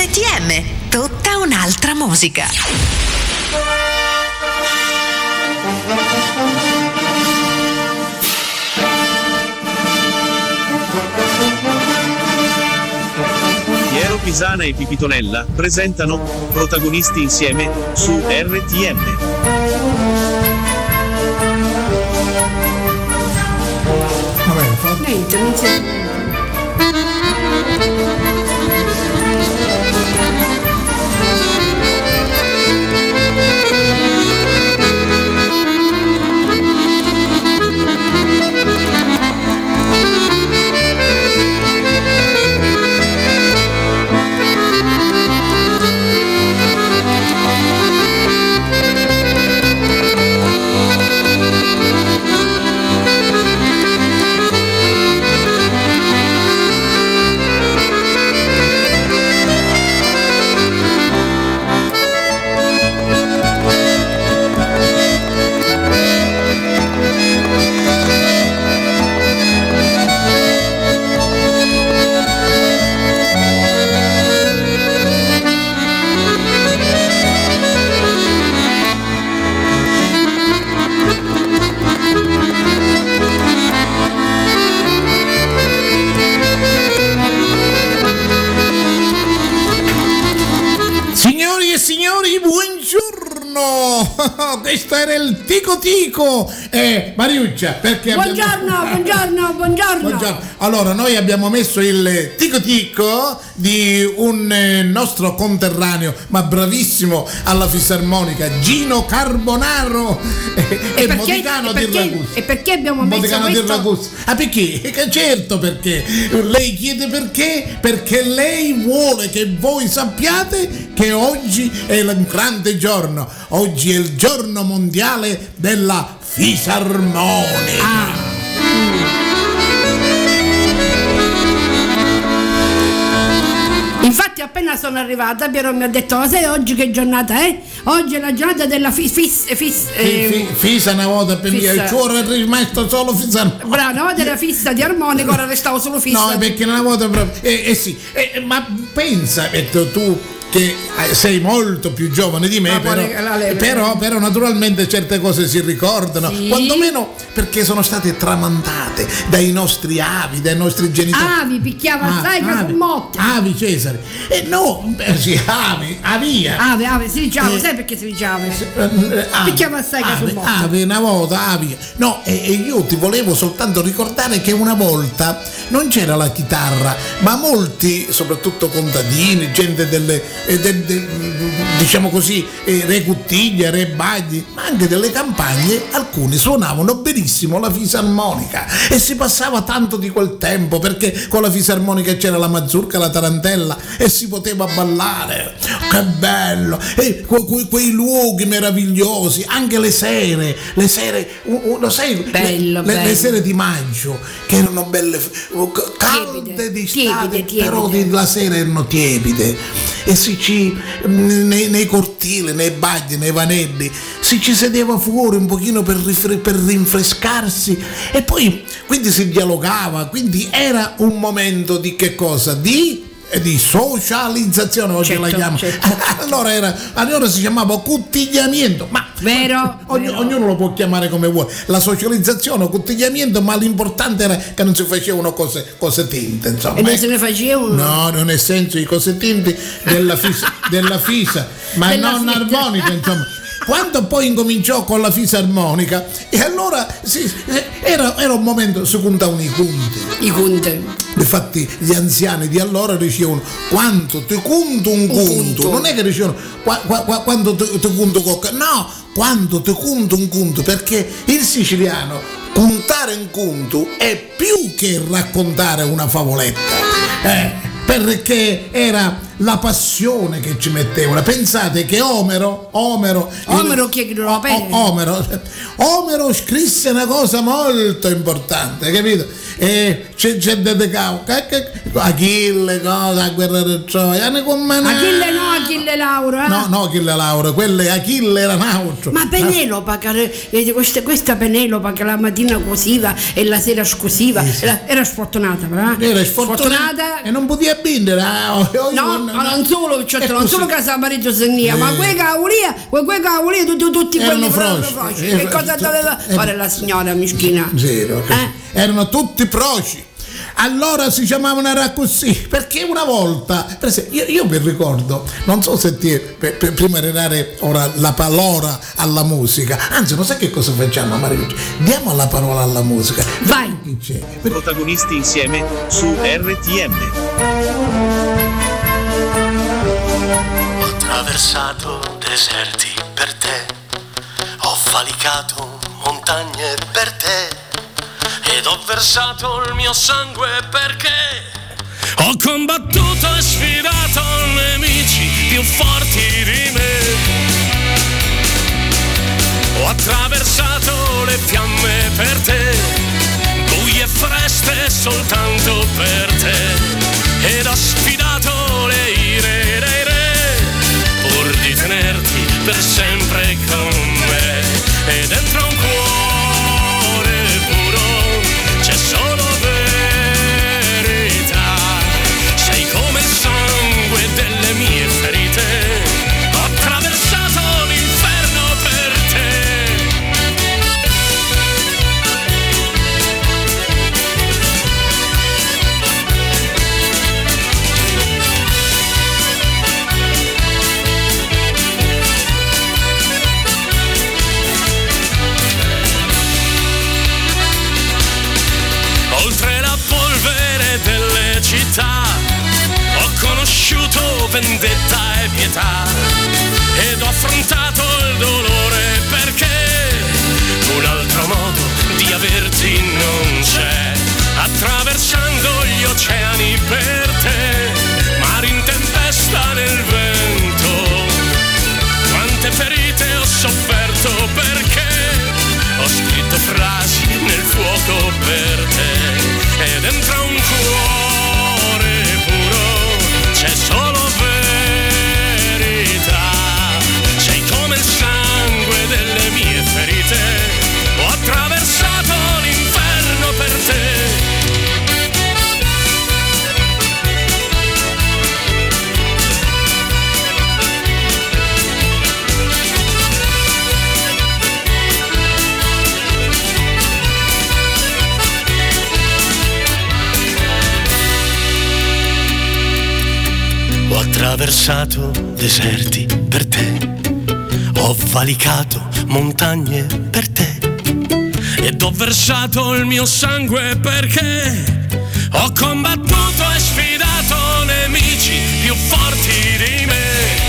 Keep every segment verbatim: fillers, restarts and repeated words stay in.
R T M, tutta un'altra musica. Piero Pisana e Pipitonella presentano Protagonisti insieme su R T M. Vabbè, fa... Niente, non c'è. Questo era il Tico Tico. eh, Mariuccia, perché buongiorno, abbiamo... buongiorno, buongiorno, buongiorno. Allora, noi abbiamo messo il Tico Tico di un eh, nostro conterraneo, ma bravissimo alla fisarmonica, Gino Carbonaro, eh, e e Modicano di Ragus. E perché abbiamo messo Modicano questo? di Ragus. Ah, perché? Eh, certo perché. Lei chiede perché? Perché lei vuole che voi sappiate che oggi è un grande giorno. Oggi è il giorno mondiale della fisarmonica. Ah. Infatti appena sono arrivata Piero mi ha detto: ma sai oggi che giornata è? Oggi è la giornata della fis, fis, fis, eh, fisa una volta per fissa. mia, ci ora è rimasto solo fisarmonica. Bravo, una volta era fissa di armonica, ora restavo solo fissa. No, perché una volta proprio eh, eh sì, eh, ma pensa, detto tu che sei molto più giovane di me, però, però, però naturalmente certe cose si ricordano, sì. Quantomeno perché sono state tramandate dai nostri avi, dai nostri genitori. Avi, picchiava ah, assai che fu motte. Avi Cesare. E eh, no, eh, sì, avi, avia. Ave, ave, si diceva, eh, sai perché si diceva? Eh, picchiava assai che fu motte. Ave, una volta, avi. No, e, e io ti volevo soltanto ricordare che una volta non c'era la chitarra, ma molti, soprattutto contadini, gente delle eh, de, de, diciamo così, eh, re Cuttiglia, re Bagli, ma anche delle campagne, alcuni suonavano benissimo la fisarmonica e si passava tanto di quel tempo, perché con la fisarmonica c'era la mazurka, la tarantella e si poteva ballare. Che bello! E que, que, quei luoghi meravigliosi, anche le sere, le sere, lo sai, bello, le, bello. le sere di maggio che erano belle, calde di estate, però la sera erano tiepide e si ci nei, nei cortili, nei bagni, nei vanelli si ci sedeva fuori un pochino per, rifre, per rinfrescarsi e poi quindi si dialogava, quindi era un momento di che cosa? Di di socializzazione, oggi certo, la chiamo certo. allora era allora si chiamava cuttigliamento, ma vero, ogni, vero. Ognuno lo può chiamare come vuole, la socializzazione o cuttigliamento, ma l'importante era che non si facevano cose, cose tinte, insomma. E non se ne facevano? No, non nel senso i cose tinti della fisa, della fisa ma della non fisa. Armonica, insomma. Quando poi incominciò con la fisarmonica e allora sì, era, era un momento, si contavano i conti. I conti. Infatti gli anziani di allora dicevano: quanto ti conto un conto, non è che dicevano qua, qua, qua, quanto ti, ti conto cocca, no, quanto ti conto un conto, perché il siciliano contare un conto è più che raccontare una favoletta, eh, perché era la passione che ci mettevano. Pensate che Omero Omero Omero chi è che non lo pensa? Omero Omero scrisse una cosa molto importante, capito? e c'è gente di cavo, Achille, cosa, la guerra di Troia, come Achille no, Achille Lauro, eh? No, no, Achille Lauro, quelle Achille era un altro. Ma Penelope, che, questa, questa Penelope che la mattina cosiva e la sera scusiva, eh sì. era, era sfortunata, però. Era sfortunata e non poteva bindere. Ah, no, non, ma non solo, cioè, non solo che sa marito senia, eh. ma quei cavolia, quei cavolia, tutti, tutti quelli froci. Che cosa doveva fare la signora mischina? Zero, eh? Erano tutti proci. Allora si chiamavano era così, perché una volta, per esempio, io, io mi ricordo, non so se ti per, per, prima di dare ora la parola alla musica, anzi non sai che cosa facciamo, Mario? Diamo la parola alla musica. Vai! Protagonisti insieme su R T M. Ho attraversato deserti per te, ho valicato montagne per te, ed ho versato il mio sangue perché ho combattuto e sfidato nemici più forti di me. Ho attraversato le fiamme per te, buie fresche soltanto per te, ed ho sfidato le ire dei re pur di tenerti per sempre con me. E dentro un cuore puro c'è solo verità, sei come il sangue delle mie ferite, ho attraversato l'inferno per te. Oltre la polvere delle città ho conosciuto vendetta e pietà, ed ho affrontato il dolore perché un altro modo di averti non c'è. Attraversando gli oceani per te, mari in tempesta nel vento, quante ferite ho sofferto perché ho scritto frasi nel fuoco per te, e dentro un cuore puro c'è solo verità, sei come il sangue delle mie ferite, ho attraversato l'inferno per te. Ho attraversato deserti per te, ho valicato montagne per te, ed ho versato il mio sangue perché ho combattuto e sfidato nemici più forti di me.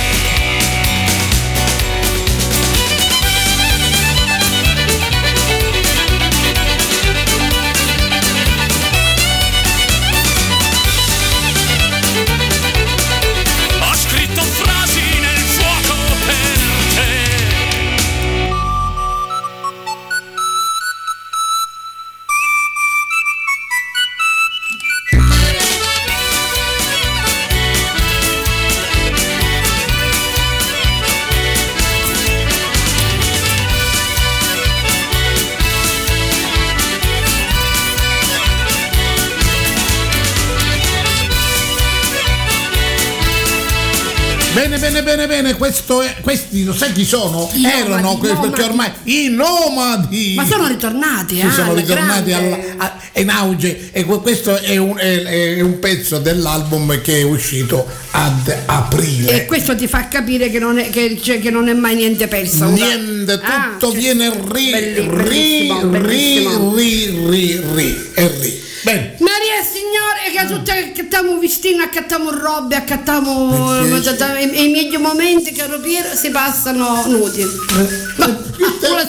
Bene, bene, bene, bene, questo è, questi, lo sai chi sono? I Erano, nomadi, que- perché ormai i nomadi. Ma sono ritornati, sì, eh? sono ritornati grande. alla, a, in auge, e questo è un, è, è un pezzo dell'album che è uscito ad aprile. E questo ti fa capire che non è, che, cioè, che non è mai niente perso. Niente, tutto ah, cioè, viene ri, bellissimo, ri, bellissimo. ri, ri, ri, ri, e ri. Bene. Maria e signore, che tutti accattiamo vestiti, accattiamo robe, accattiamo e i miei momenti, caro Piero, si passano nudi. Ma, Più te ma, bene,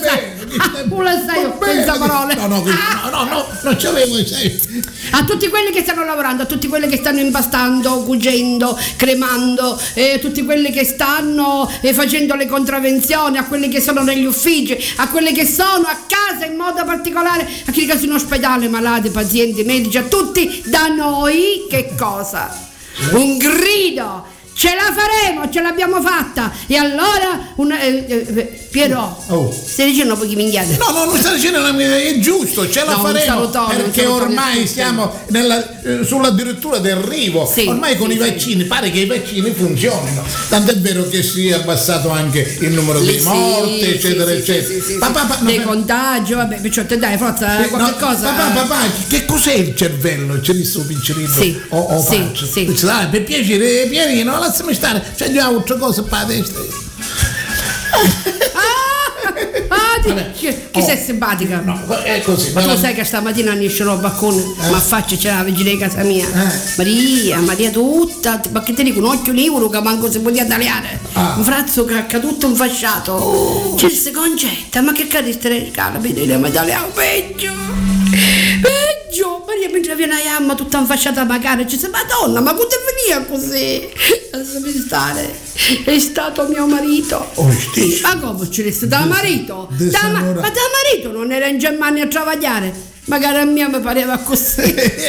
Non la sai io, senza parole. No, no, no, no, no, non c'avevo i sei. A tutti quelli che stanno lavorando, a tutti quelli che stanno impastando, cucendo, cremando, eh, tutti quelli che stanno eh, facendo le contravvenzioni, a quelli che sono negli uffici, a quelli che sono a casa in modo particolare, a quelli che sono in ospedale, malati, pazienti, medici, a tutti, da noi che cosa? Un grido! Ce la faremo, ce l'abbiamo fatta! E allora, un, eh, eh, Piero, oh. stai dicendo pochi minchiate? No, no, non sta dicendo, è giusto, ce la no, faremo salutone, perché ormai siamo nella, eh, sull'addirittura del rivo, sì, ormai con sì, i vaccini, sì. Pare che i vaccini funzionino, tant'è vero che si è abbassato anche il numero di sì, morti, sì, eccetera, sì, eccetera. Sì, sì, sì, papà, papà, dei no, contagi, vabbè, perciò te dai, forza, eh, qualche no, cosa. Papà, papà, che cos'è il cervello? C'è visto un piccerino? Sì, o, o sì, sì. Dice, dai, per piacere, Pierino, lasciami stare, c'è già altre cose per la testa. Ah, ti, chi oh, sei simpatica? No, è così. Ma tu la... sai che stamattina esce al balcone, eh. ma faccia c'era la vicina di casa mia. Eh. Maria, Maria tutta, ma che ti dico, un occhio libero che manco si può tagliare. Ah. Un frazzo cacca tutto infasciato. Oh. C'è il concetta, ma che cadiste cala, vedete, ma tagliamo peggio. Peggio, Maria mentre viene a Yamma tutta infasciata magari, ci dice, Madonna, ma come veniva così? Lasciami stare. È stato mio marito. Oh, ma come ci resta da marito? Da ma, ma da marito non era in Germania a travagliare. Magari a mia mi pareva così.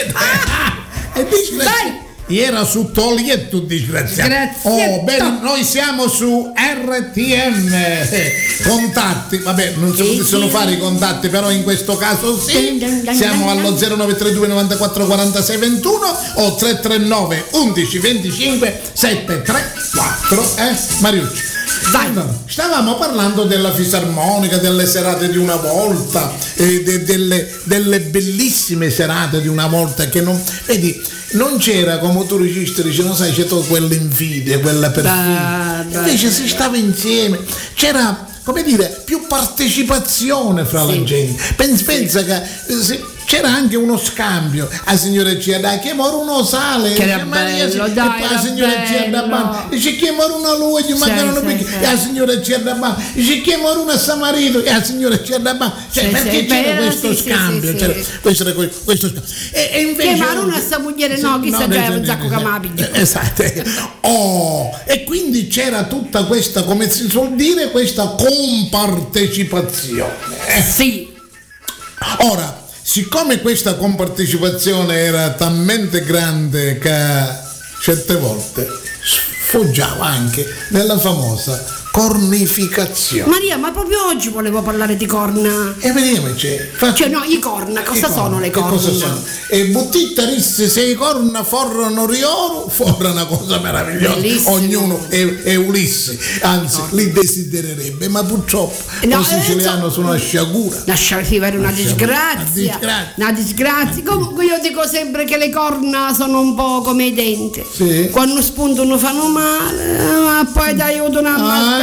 ah, e dice, era su Tolietto disgraziato. Grazie. Oh, bene, noi siamo su R T M. Contatti, vabbè, non si possono fare i contatti, però in questo caso sì. Siamo allo zero nove tre due novantaquattro quarantasei ventuno o tre tre nove undici venticinque settecentotrentaquattro, eh? Mariucci. Vai. Stavamo parlando della fisarmonica, delle serate di una volta, eh, de, delle, delle bellissime serate di una volta che non, vedi, non c'era come tu registri, dice, non sai, c'è tutta quella invidia, quella perfidia, invece si stava insieme, c'era, come dire, più partecipazione fra sì. la gente. Pensa, pensa che eh, c'era anche uno scambio. La signora ci dà che moro uno sale, che era Maria, bello, dai, e poi la signora ci dà dice che moro una luce, ma che non sì, sì. E la signora ci dà dice che moro una samarito, e la signora ci dà cioè sì, perché sì, c'era beh, questo sì, scambio, sì, c'era sì. Questo, questo scambio. E, e invece che moro una samugliere, no, chissà no, già un sacco che m'abiglia. Esatto. Oh, e quindi c'era tutta questa, come si suol dire, questa compartecipazione. Sì. Ora, siccome questa compartecipazione era talmente grande che certe volte sfoggiava anche nella famosa cornificazione. Maria, ma proprio oggi volevo parlare di corna. E vediamoci. Faccio... Cioè no, i corna, cosa I sono corna, le corna? Cosa sono? E buttitta risse, se i corna forrano rioro, forra una cosa meravigliosa. Bellissimo. Ognuno è, è Ulisse, anzi no. li desidererebbe, ma purtroppo no, i siciliani eh, sono una sciagura. Lasciare vivere una, una disgrazia. Una disgrazia. Una disgrazia. Comunque io dico sempre che le corna sono un po' come i denti. Sì. Quando spuntano fanno male, ma poi ti aiutano a masticare.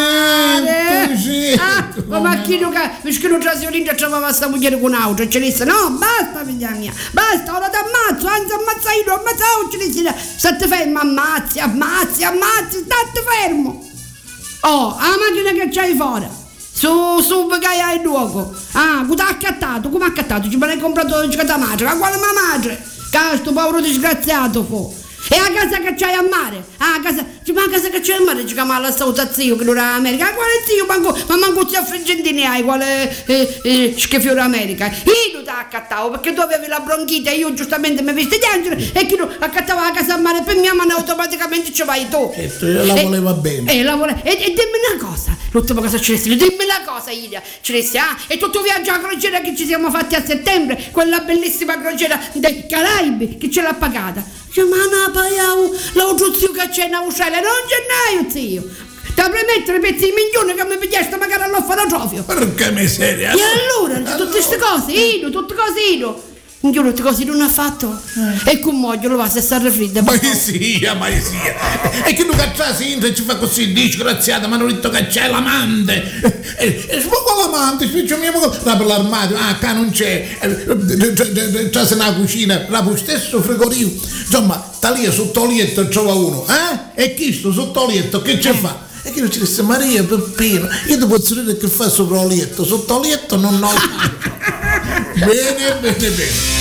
Ah, ma chi non perché non c'è la trovava questa moglie con auto e ci disse no basta figlia mia basta ora ti ammazzo anzi ammazza io ammazza io ci disse state fermo ammazzi ammazzi ammazzi state fermo oh la macchina che c'hai fuori su su che hai il luogo ah come ha accattato come ha accattato ci me l'hai comprato il giocato a madre ma quale mia madre casto povero disgraziato fu e a casa che c'hai a mare? Ah, a casa, ma a casa che c'hai a mare? Ci chiama la stauta zio che non era America. Ah, quale zio? Manco, ma manco zio Frigentini hai, quale eh, eh, schifiore America. Io non ti accattavo perché tu avevi la bronchite e io giustamente mi vesti di angelo e chi non accattava la casa a mare per mia mano automaticamente ci vai tu. E tu la voleva e, bene. E, la vole- e, e dimmi una cosa, l'ultima cosa ci resti, dimmi una cosa Ilia, ci resti, ah? E tutto viaggio a crociera che ci siamo fatti a settembre, quella bellissima crociera dei Caraibi che ce l'ha pagata. Dice, ma no, pagavo l'altro zio che c'è in Australia, non gennaio zio. Ti premettere pezzi di milioni che mi pigliaste magari all'orfanotrofio. Perché miseria. E allora, allora tutte queste cose, Ino, tutte cose Ino. Io tutte cose non ha fatto. Eh. E con moglie lo va se sta fredda. Ma sia, ma sia. E che tu cacciassi in ci fa così disgraziata, ma non ho detto che c'è l'amante. E smoco l'amante, spiccio mio la per l'armadio. Ah, qua non c'è. C'è una cucina, la per stesso frigorifero. Insomma, sta lì sotto il letto e trova uno. Eh? E chi sto sotto il letto che ce fa? E che ci disse Maria Peppino, io ti posso dire che fa sopra il letto, sotto il letto non ho. Bene, bene, bene.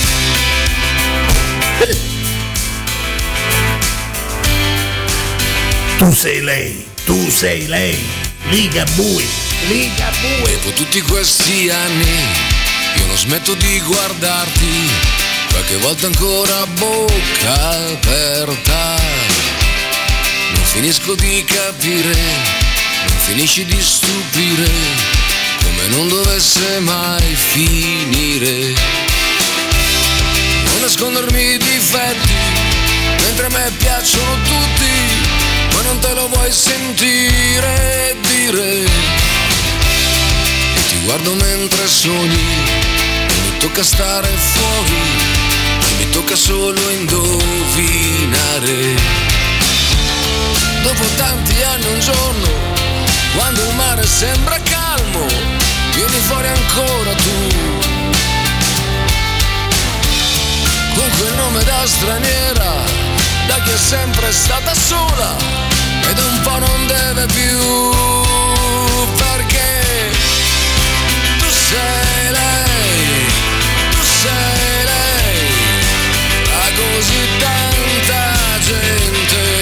Tu sei lei, tu sei lei, Ligabue, Ligabue. Dopo tutti questi anni io non smetto di guardarti, qualche volta ancora a bocca aperta. Non finisco di capire, non finisci di stupire, come non dovesse mai finire. Non nascondermi i difetti, mentre a me piacciono tutti, ma non te lo vuoi sentire dire. E ti guardo mentre sogni, e mi tocca stare fuori, e mi tocca solo indovinare. Dopo tanti anni un giorno, quando il mare sembra calmo, vieni fuori ancora tu, con quel nome da straniera, da chi è sempre stata sola ed un po' non deve più, perché tu sei lei, tu sei lei, a così tanta gente.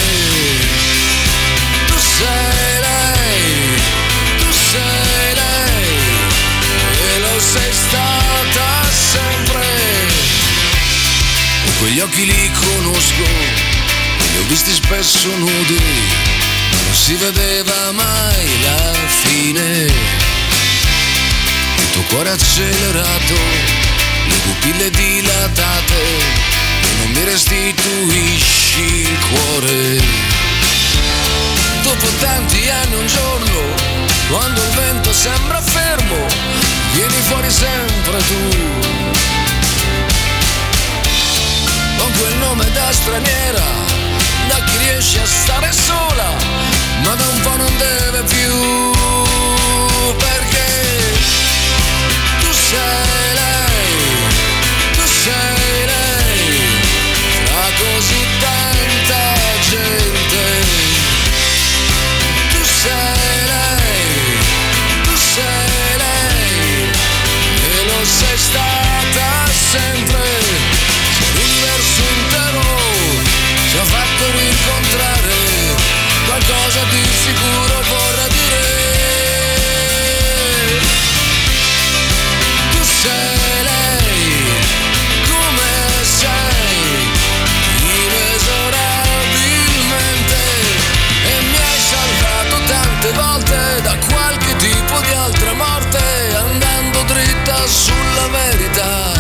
Tu sei lei, tu sei lei, e lo sei stata sempre. E quegli occhi li conosco, li ho visti spesso nudi, ma non si vedeva mai la fine. Il tuo cuore accelerato, le pupille dilatate, e non mi restituisci il cuore. Dopo tanti anni un giorno, quando il vento sembra fermo, vieni fuori sempre tu, con quel nome da straniera, da chi riesce a stare sola, ma da un po' non deve più, perché tu sei lei, tu sei lei, tra così tanta gente. Tu sei lei, tu sei lei, e lo sei stata sempre. Se l'universo intero ci ha fatto rincontrare, qualcosa di sicuro vorrà dire. Tu sei lei, come sei, inesorabilmente, e mi hai salvato tante volte da qualche tipo di altra morte, andando dritta sulla verità.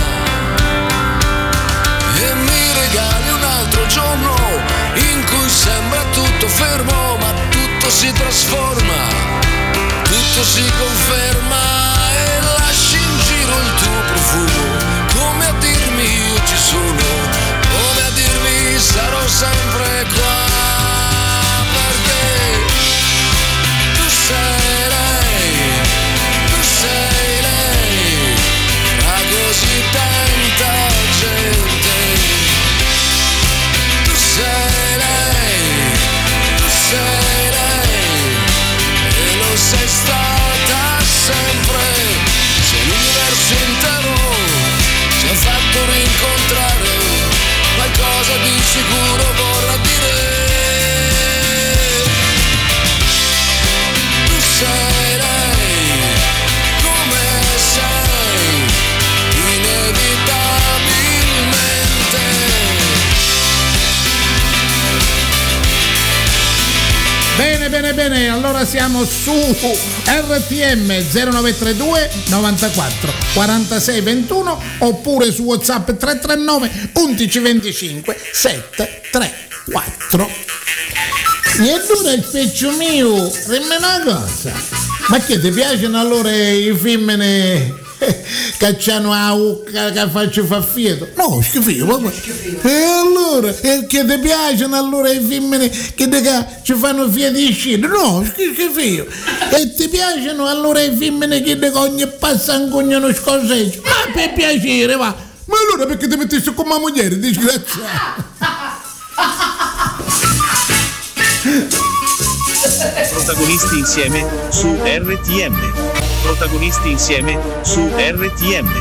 E mi regali un altro giorno in cui sembra tutto fermo, ma tutto si trasforma, tutto si conferma, e lasci in giro il tuo profumo, come a dirmi io ci sono, come a dirmi sarò sempre qua, perché tu sei lei, tu sei lei, tra così tanta gente. Tu sei lei, tu sei lei, e lo sei stata sempre. Se l'universo intero ci ha fatto rincontrare, qualcosa di sicuro vorrà dire. Tu sei lei, come sei, inevitabilmente. Bene, bene, bene, allora siamo su R T M zero nove tre due novantaquattro quarantasei ventuno oppure su WhatsApp tre tre nove undici venticinque settecentotrentaquattro. Mi è dura il peccio mio, dimmi una cosa, ma che ti piacciono allora i femmine che c'hanno la ucca che faccio fa fieto? No, schifo, ma e allora, e che ti piacciono allora i femmine che te ci fanno fieticino? No, schifo. E ti piacciono allora i femmine che te ogni passa ancognano scoseggio? Ma per piacere, va. Ma allora perché ti metti su con la moglie, disgraziato? Protagonisti insieme su R T M. Protagonisti insieme su R T M.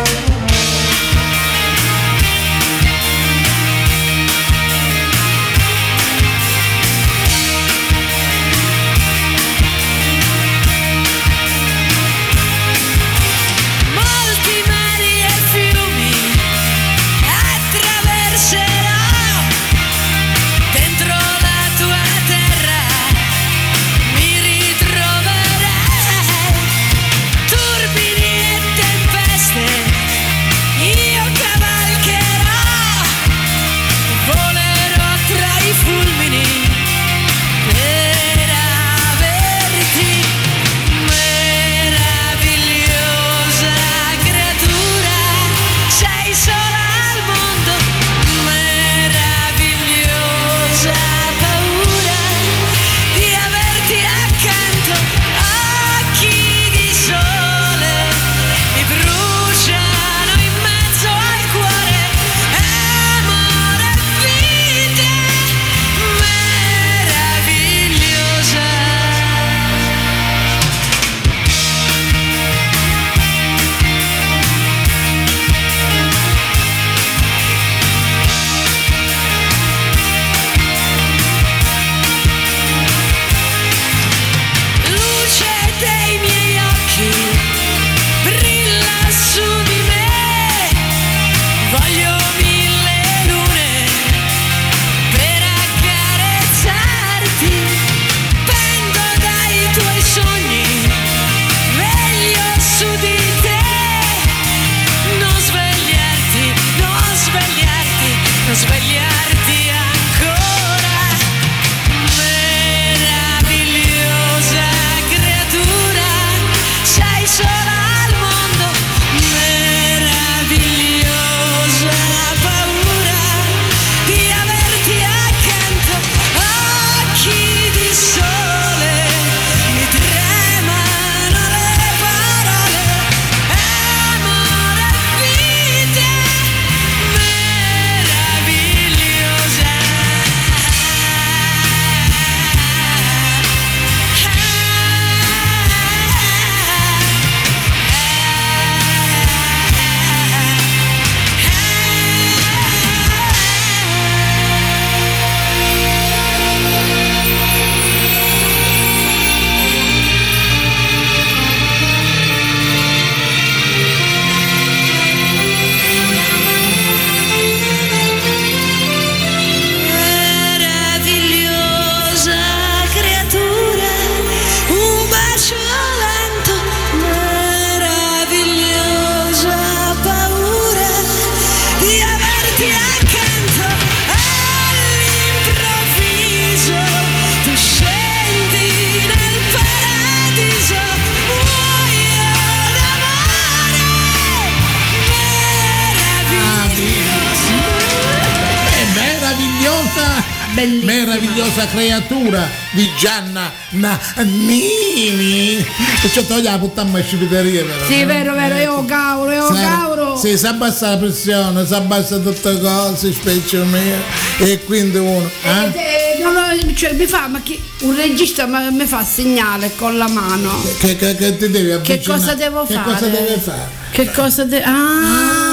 Meravigliosa creatura di Gianna Nannini. E ci toglie la puttana scipiteria, però. Sì, vero, vero, io cavolo, io cavolo. Sì, si abbassa la pressione, si abbassa tutte le cose, specie mia. E quindi uno. Eh? Eh, non lo, cioè, mi fa, ma che un regista mi fa segnale con la mano. Che, che, che ti devi avvicinare? Che cosa devo che fare? Che cosa deve fare? Che cosa devo. Ah!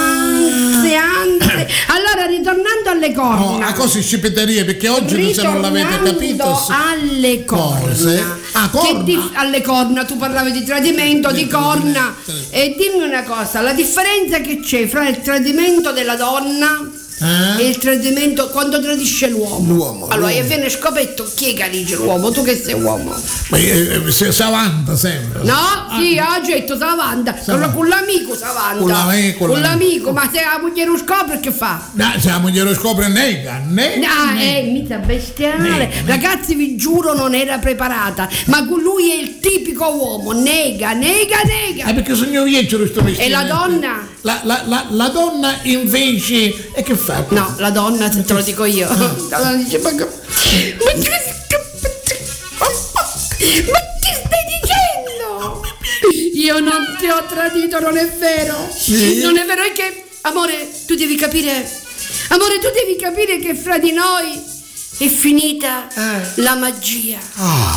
Anzi, allora ritornando alle corna, no, a cose scipiterie, perché oggi se non l'avete capito alle corna, cose. Ah, corna. Che dif- alle corna tu parlavi di tradimento, di corna, e dimmi una cosa, la differenza che c'è fra il tradimento della donna Eh? e il tradimento quando tradisce l'uomo. L'uomo. Allora, l'uomo. e viene scopretto chi è che dice l'uomo, tu che sei uomo. Ma eh, si avanta sempre. No, sì, ha detto s'avanta, con, con l'amico s'avanta. Con l'amico, con l'amico, ma se la moglie lo scopre che fa? No, se la moglie lo scopre nega, nega. Ah, eh, mica bestiale. Nega, Ragazzi, vi giuro, non era preparata. Ma lui è il tipico uomo, nega, nega, nega. Eh, perché sogno io c'ero sto mestiere. E la donna? La, la, la, la donna invece, e che fa? No, la donna, te lo dico io. La donna dice, ma, ma, ma che stai dicendo? Io non ti ho tradito, non è vero. Sì. Non è vero, è che, amore, tu devi capire, amore, tu devi capire che fra di noi è finita Eh. la magia. Ah.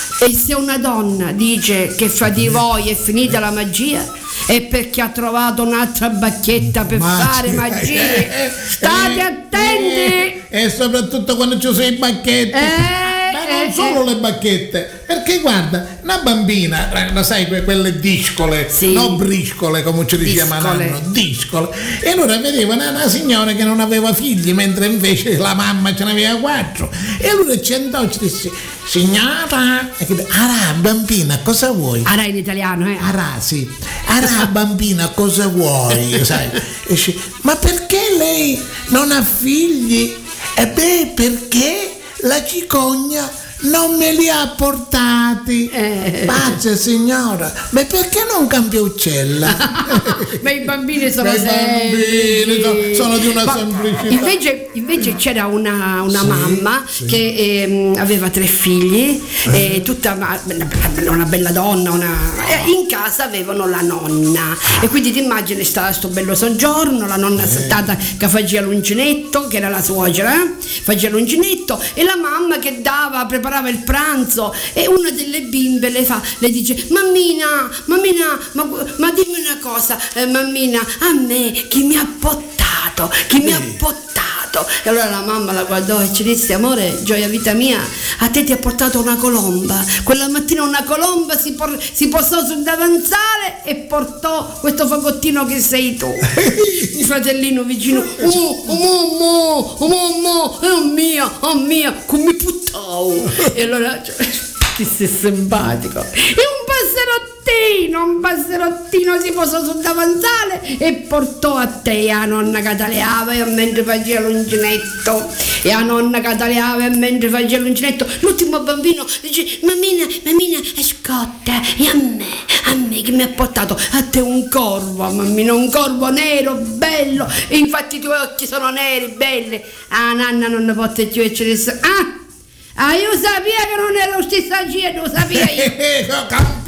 E se una donna dice che fra di voi è finita la magia, è perché ha trovato un'altra bacchetta per Magia. fare magie. State Eh, attenti! E soprattutto quando ci sono i bacchetti. Eh, Ma non eh, solo eh. le bacchette, perché guarda, una bambina, eh, la sai, que- quelle discole, Sì. no briscole come ci Discole. chiamano, discole. E allora vedeva una, una signora che non aveva figli, mentre invece la mamma ce n'aveva quattro. E allora ci andò e ci disse, signora, e che- arà bambina, cosa vuoi? Ara in italiano, eh? Arà, sì, arà bambina, cosa vuoi? Sai? E dice, ma perché lei non ha figli? E beh, perché la cicogna non me li ha portati. Eh. Pace signora, ma perché non Campiuccella? Ma i bambini sono Ma i bambini semplici. sono di una Ma semplicità. Invece, invece c'era una, una Sì, mamma sì. che ehm, aveva tre figli, e tutta una, una bella donna, una, e in casa avevano la nonna. E quindi ti immagini stava sto bello soggiorno, la nonna settata che faceva l'uncinetto, che era la suocera, eh? Faceva l'uncinetto, e la mamma che dava, preparava il pranzo, e una delle bimbe le fa, le dice, mammina, mammina, ma, ma dimmi una cosa, eh, mammina, a me chi mi ha portato, chi mi ha portato? E allora la mamma la guardò e ci disse, amore, gioia vita mia, a te ti ha portato una colomba. Quella mattina una colomba si, por- si posò sul davanzale e portò questo fagottino che sei tu. Il fratellino vicino, oh, oh mamma, oh mamma, oh mia, oh mia, come puttao. E allora, cioè, che sei simpatico. E un passerottino, un passerottino si posò sul davanzale e portò a te a nonna Cataleava, e mentre faceva l'uncinetto, e a nonna Cataleava, e mentre faceva l'uncinetto, l'ultimo bambino dice, mammina, mammina, ascolta, e a me, a me che mi ha portato a te un corvo, mammina, un corvo nero, bello, e infatti i tuoi occhi sono neri, belli. Ah, nanna non ne porta più, e ci disse, ah, ah, io sapevo che non era lo stesso agire, lo sapevo io.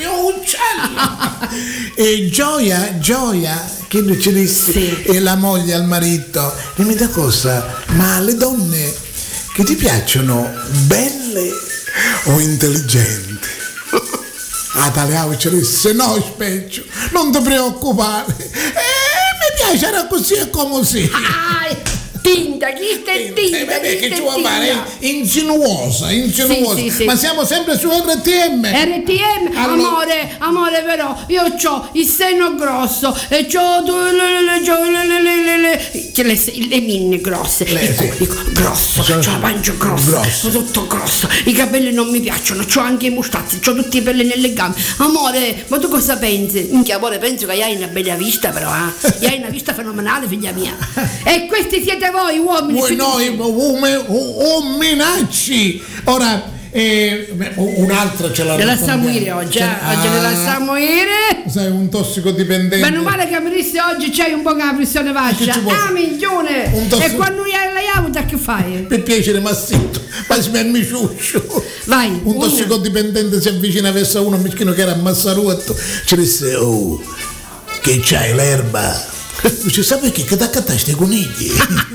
Campiuccella. E Gioia, Gioia, che lui ci disse, Sì. e la moglie al marito, dimmi da cosa, ma le donne che ti piacciono belle o intelligenti? Ah, Taleavo ci disse, no specchio, non ti preoccupare, eh, mi piace, era così e come sì. Ah, tinta, chi sta in tinta? Eh, vabbè, chi che sta ci in vuoi fare? tinta? Insinuosa, insinuosa. Sì, sì, sì. Ma siamo sempre su R T M. R T M, Allora- amore, amore, però io ho il seno grosso e ho le, le, c'ho le, le, le, le, le, c'è le, le minne grosse, Le- il sì. culo grosso, Sono- c'ho la pancia grossa, grosso. tutto grosso, i capelli non mi piacciono, c'ho anche i mustazzi, c'ho tutti i pelli nelle gambe. Amore, ma tu cosa pensi? Minchia, amore, penso che hai una bella vista, però, eh? Hai una vista fenomenale, figlia mia. E questi siete voi, uomini. Voi noi ume- u- uminacci. Ora eh, un'altra ce la Ne raccontiamo. lasciamo ire oggi, eh? Ce- Oggi ne ah, lasciamo ire. Sai, un tossicodipendente. Meno male che mi disse oggi c'hai un po' la pressione Che bassa. ci vuole? Ah, minchione! Un tossico- E quando hai la avuta che fai? Per piacere, ma zitto, ma si mi ciuccio. Vai, Un una. tossicodipendente si avvicina verso uno mischino che era a Massaruotto, ci disse, oh, che c'hai l'erba? Dice, sai perché? Che da cattare sti conigli?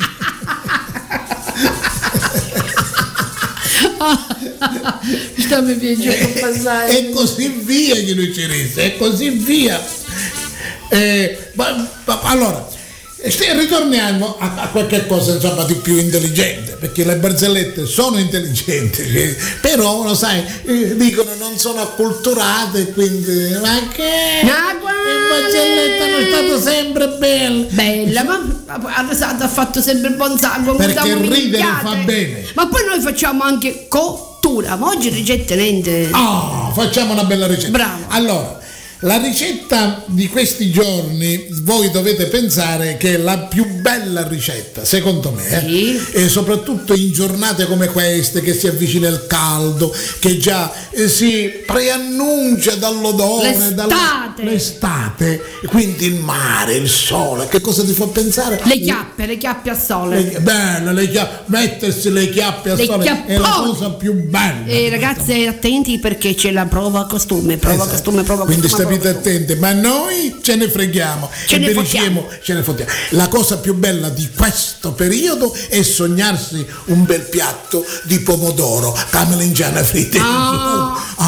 Sta mi piace un passare. E così via che lui ci disse, e così via. Eh, ma- ma- allora, se ritorniamo a, a qualche cosa insomma di più intelligente, perché le barzellette sono intelligenti, eh, però lo sai, eh, dicono non sono acculturate, quindi ma che Ma le quale? barzellette hanno stato sempre belle. Bella, ma ma ha fatto sempre buon sangue. Perché siamo ridere minchiate. fa bene. Ma poi noi facciamo anche cottura, ma oggi ricette niente. Ah, facciamo una bella ricetta. Bravo. Allora, la ricetta di questi giorni voi dovete pensare che è la più bella ricetta, secondo me, eh? Sì. E soprattutto in giornate come queste che si avvicina il caldo, che già eh, si preannuncia dall'odore, L'estate. dalla- l'estate, quindi il mare, il sole, che cosa ti fa pensare? Le chiappe, le chiappe a sole. Le- Belle, le chiappe, mettersi le chiappe a Le sole è la chiappone. cosa più bella. E ragazze attenti perché c'è la prova costume, prova Esatto. costume, prova Quindi costume. state prova costume. attenti, ma noi ce ne freghiamo Ce e ne vi fottiamo. diciamo, ce ne fottiamo. La cosa più bella di questo periodo è sognarsi un bel piatto di pomodoro, camelingiana fritta. Ah. Ah,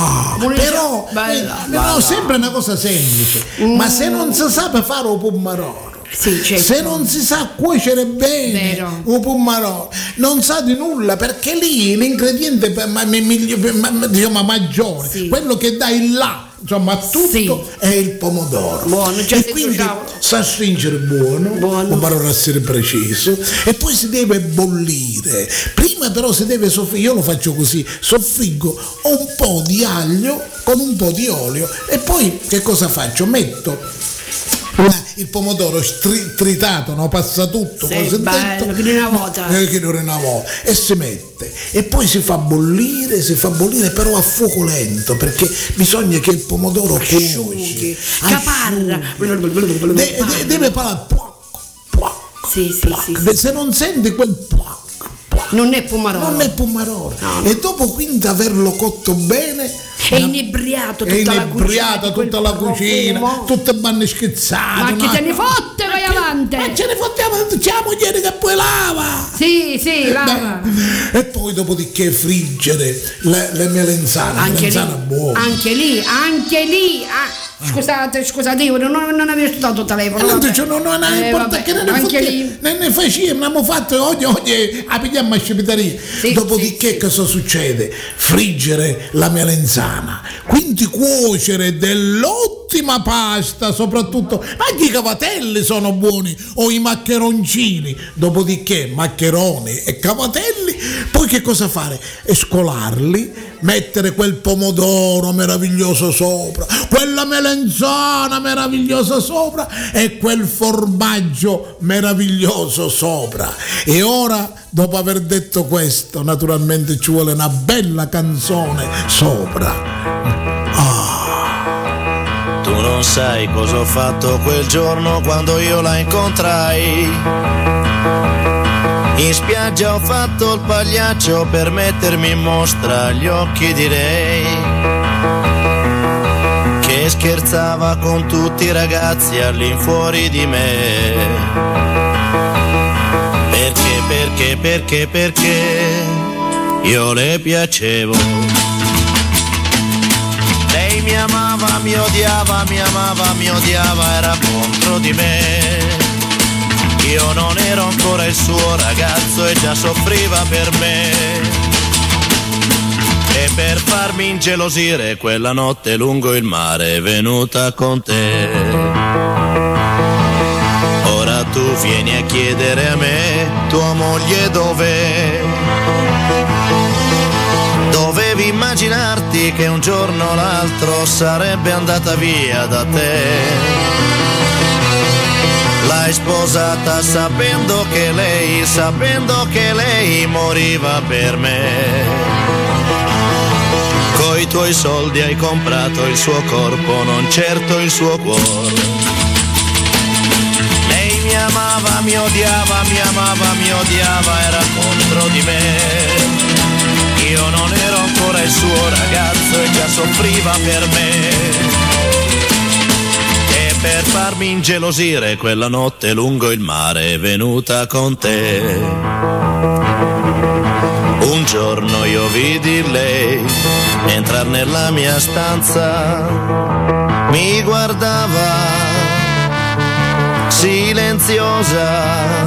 Ah, però, bella, eh, bella. no, sembra una cosa semplice, mm. ma se non si sa fare un pommarolo, sì, certo. se non si sa cuocere bene Vero. un pommarolo, non sa di nulla, perché lì l'ingrediente per, ma, migliore, ma, diciamo, maggiore, sì. quello che dà il là, insomma, tutto sì. è il pomodoro. Buono, e quindi sa stringere buono, buono, un pomodoro essere preciso, e poi si deve bollire. Prima però si deve soffriggere, io lo faccio così, soffriggo un po' di aglio con un po' di olio, e poi che cosa faccio? Metto il pomodoro stri- tritato, no? Passa tutto, sì, bello, che una volta. Eh, che una volta, e si mette, e poi si fa bollire, si fa bollire però a fuoco lento, perché bisogna che il pomodoro cuoci, caparra, de- de- deve parlare, sì, sì, sì, sì. se non senti quel non è pomarolo, non è pomarolo, no. E dopo quindi averlo cotto bene è inebriato tutta, è inebriata la cucina, tutta la cucina, tutte banne schizzate. Ma che te ne fotte, vai avanti! Ma ce ne fottiamo, c'è la moglie che poi lava! Sì, sì, lava! Beh, e poi dopodiché friggere le, le melenzane, anche melenzane lì, buone. Anche lì, anche lì! Ah. Scusate, scusate, io non, non avevo studiato telefono. Non, non, non eh, importa che ne ne anche fotti, lì. Ne ne facciamo, ne abbiamo fatto oggi, oggi la pigliamo a scipitaria. Sì, dopodiché sì, cosa sì. succede? Friggere la melenzana, quindi cuocere dell'ottima pasta, soprattutto anche i cavatelli sono buoni, o i maccheroncini. Dopodiché maccheroni e cavatelli, poi che cosa fare? Scolarli, mettere quel pomodoro meraviglioso sopra, quella melenzana meravigliosa sopra e quel formaggio meraviglioso sopra. E ora, dopo aver detto questo, naturalmente ci vuole una bella canzone sopra. Ah. Tu non sai cosa ho fatto quel giorno quando io la incontrai. In spiaggia ho fatto il pagliaccio per mettermi in mostra agli occhi di lei, che scherzava con tutti i ragazzi all'infuori di me. Perché, perché, perché, perché io le piacevo. Lei mi amava, mi odiava, mi amava, mi odiava, era contro di me. Io non ero ancora il suo ragazzo e già soffriva per me. E per farmi ingelosire quella notte lungo il mare è venuta con te. Ora tu vieni a chiedere a me, tua moglie dov'è? Dovevi immaginarti che un giorno o l'altro sarebbe andata via da te. L'hai sposata sapendo che lei, sapendo che lei moriva per me. Coi tuoi soldi hai comprato il suo corpo, non certo il suo cuore. Lei mi amava, mi odiava, mi amava, mi odiava, era contro di me. Io non ero ancora il suo ragazzo e già soffriva per me. Per farmi ingelosire quella notte lungo il mare è venuta con te. Un giorno io vidi lei entrar nella mia stanza, mi guardava silenziosa,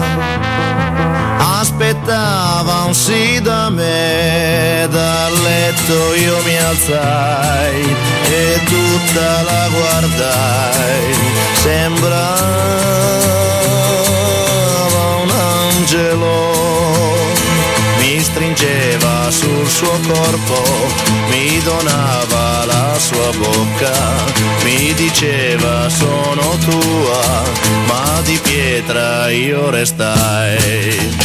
aspettava un sì da me. Dal letto io mi alzai e tutta la guardai, sembrava un angelo. Mi stringeva sul suo corpo, mi donava la sua bocca, mi diceva sono tua, ma di pietra io restai.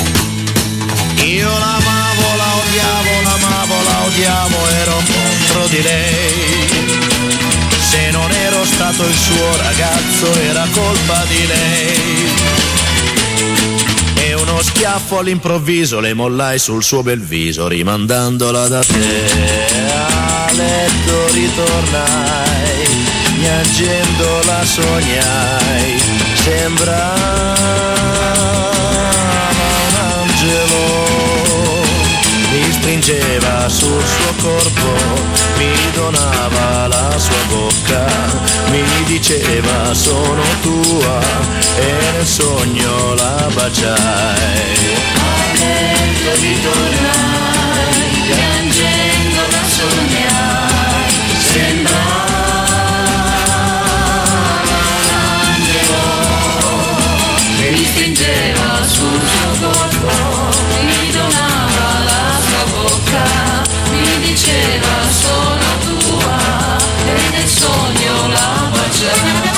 Io l'amavo, la odiavo, l'amavo, la odiavo, ero contro di lei. Se non ero stato il suo ragazzo era colpa di lei. E uno schiaffo all'improvviso le mollai sul suo bel viso, rimandandola da te. A letto ritornai, piangendo la sognai, sembrava un angelo. Mi stringeva sul suo corpo, mi donava la sua bocca, mi diceva sono tua e nel sogno la baciai. Adesso ritornai, piangendo la sognai, sembrava mi stringeva sul suo corpo, mi donava la sua bocca, mi diceva sono tua e nel sogno la baciava.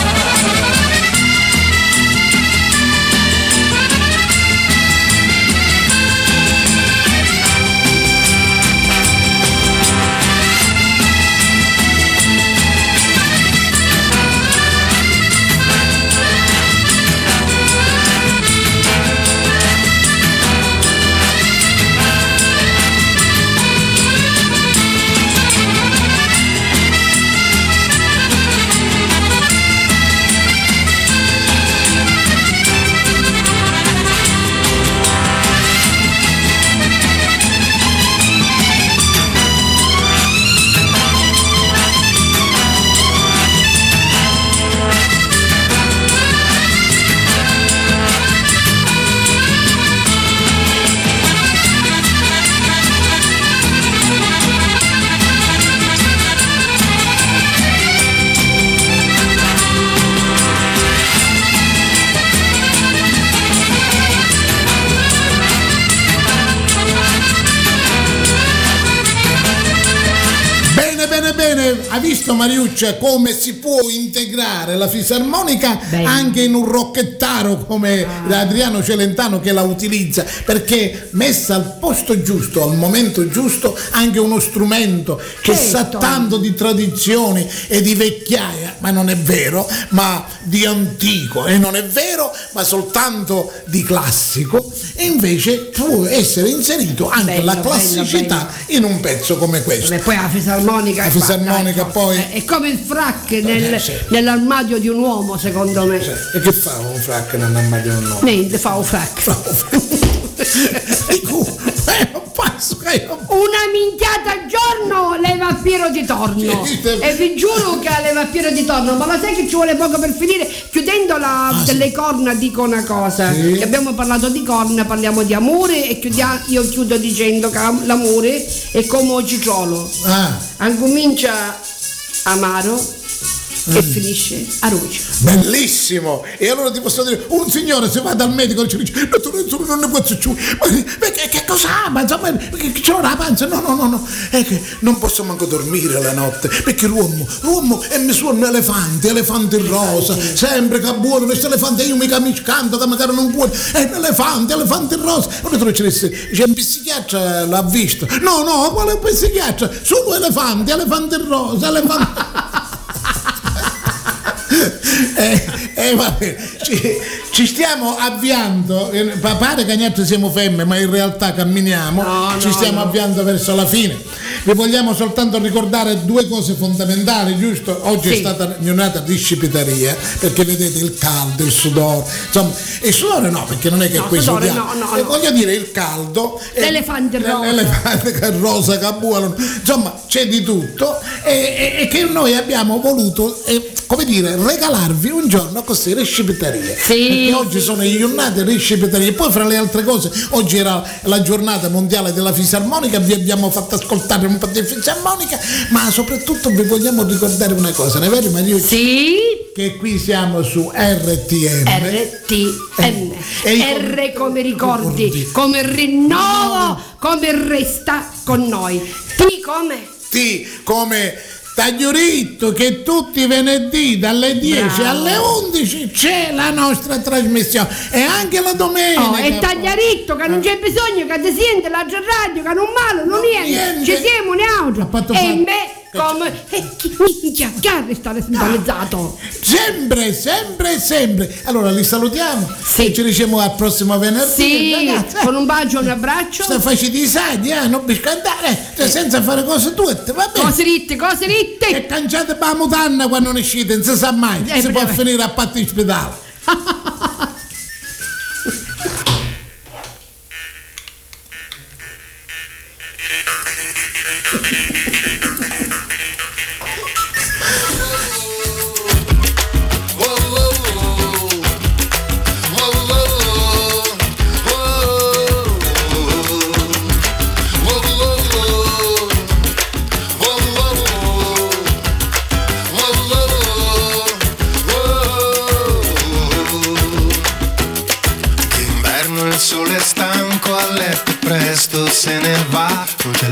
Ha visto Mariuccia come si può integrare la fisarmonica Beh. anche in un rocchettaro come ah. Adriano Celentano che la utilizza, perché messa al posto giusto, al momento giusto, anche uno strumento che certo. sa tanto di tradizioni e di vecchiaia, ma non è vero, ma di antico, e non è vero, ma soltanto di classico, e invece può essere inserito anche bello, la classicità bello, bello. in un pezzo come questo. E poi la fisarmonica, la fisarmonica dai, poi è come il frac nel, eh, sì. nell'armadio di un uomo, secondo me. Sì. E che fa un frac nell'armadio di un uomo? Niente, fa un frac. Fa un frac. Una minchiata al giorno leva a Piero di Torno e vi giuro che leva a Piero di Torno, ma lo sai che ci vuole poco per finire? Chiudendo la, ah, delle sì. corna dico una cosa, sì. che abbiamo parlato di corna, parliamo di amore e chiudiamo, io chiudo dicendo che l'amore è come un cicciolo, ah. comincia amaro e mm. finisce a ruce. Bellissimo! E allora ti posso dire, un signore se va dal medico e ci dice ma tu, tu non ne puoi più, ma che, che cosa ha? Ma insomma, che c'ho la panza? No, no, no, no, è che non posso manco dormire la notte, perché l'uomo, l'uomo è mi suona elefanti, elefanti rosa, sempre che buono, questo elefante io mica mi canto che magari non vuole, è un elefante, elefante rosa. Allora tu ci dici, c'è un psichiatra l'ha visto? No, no, quale psichiatra? Solo elefanti, elefanti rosa, elefanti. Eh, eh, vabbè, ci, ci stiamo avviando, eh, pare che noi siamo femmine, ma in realtà camminiamo, no, ci no, stiamo no. avviando verso la fine. Vi vogliamo soltanto ricordare due cose fondamentali, giusto? Oggi sì. è stata giornata di scipitaria, perché vedete il caldo, il sudore, insomma, il sudore no, perché non è che no, qui sudore, sudiamo, no, no, eh, no. voglio dire il caldo, l'elefante eh, rosa, l'elefante che rosa, che buono, insomma c'è di tutto e, e, e che noi abbiamo voluto, eh, come dire, regalarvi un giorno così le scipitarie, sì, perché oggi sì, sono le giornate di scipitarie. Poi fra le altre cose oggi era la giornata mondiale della fisarmonica, vi abbiamo fatto ascoltare un po' di fisarmonica, ma soprattutto vi vogliamo ricordare una cosa, ne è vero Mario? Sì, che qui siamo su R T M R T M eh, R come ricordi, ricordi, come rinnovo, come resta con noi, T come T come Taglioritto, che tutti i venerdì dalle dieci Bravo. alle undici c'è la nostra trasmissione e anche la domenica. Oh, e Tagliaritto che non c'è bisogno che ti sente la radio, che non male, non, non niente. niente, ci siamo neutro. E invece come eh, minchia, che è stato sintonizzato. Sempre, sempre, sempre. Allora li salutiamo sì. e ci diciamo al prossimo venerdì. Sì, ragazzi, con un bacio e un abbraccio. Sta facendo i sagni, eh, non biscandare, eh, senza fare cose tutte, va bene. Cose ritte, cose ritte. E canciate la mutanna quando ne uscite, non si sa mai, eh, si può beh. finire a patto in ospedale.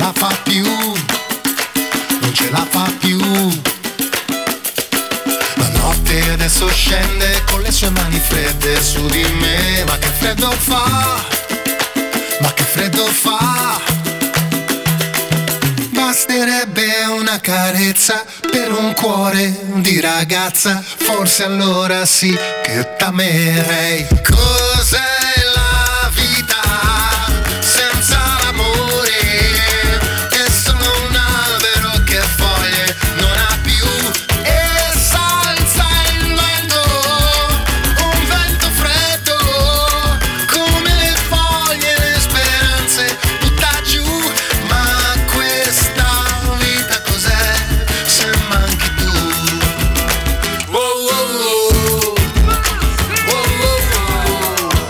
la fa più, non ce la fa più. La notte adesso scende con le sue mani fredde su di me. Ma che freddo fa, ma che freddo fa. Basterebbe una carezza per un cuore di ragazza, forse allora sì che t'amerei. Cos'è la vita senza l'amore? È solo un albero che foglie non ha più e s'alza il vento, un vento freddo, come le foglie, le speranze butta giù. Ma questa vita cos'è se manchi tu? Oh, oh, oh. Oh, oh, oh.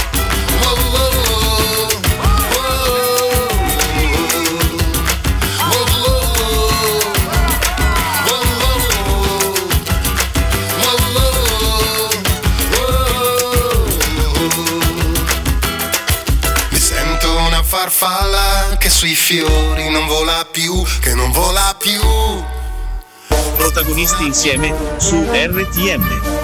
Mi sento una farfalla che sui fiori non vola più, che non vola più. Protagonisti insieme su R T M.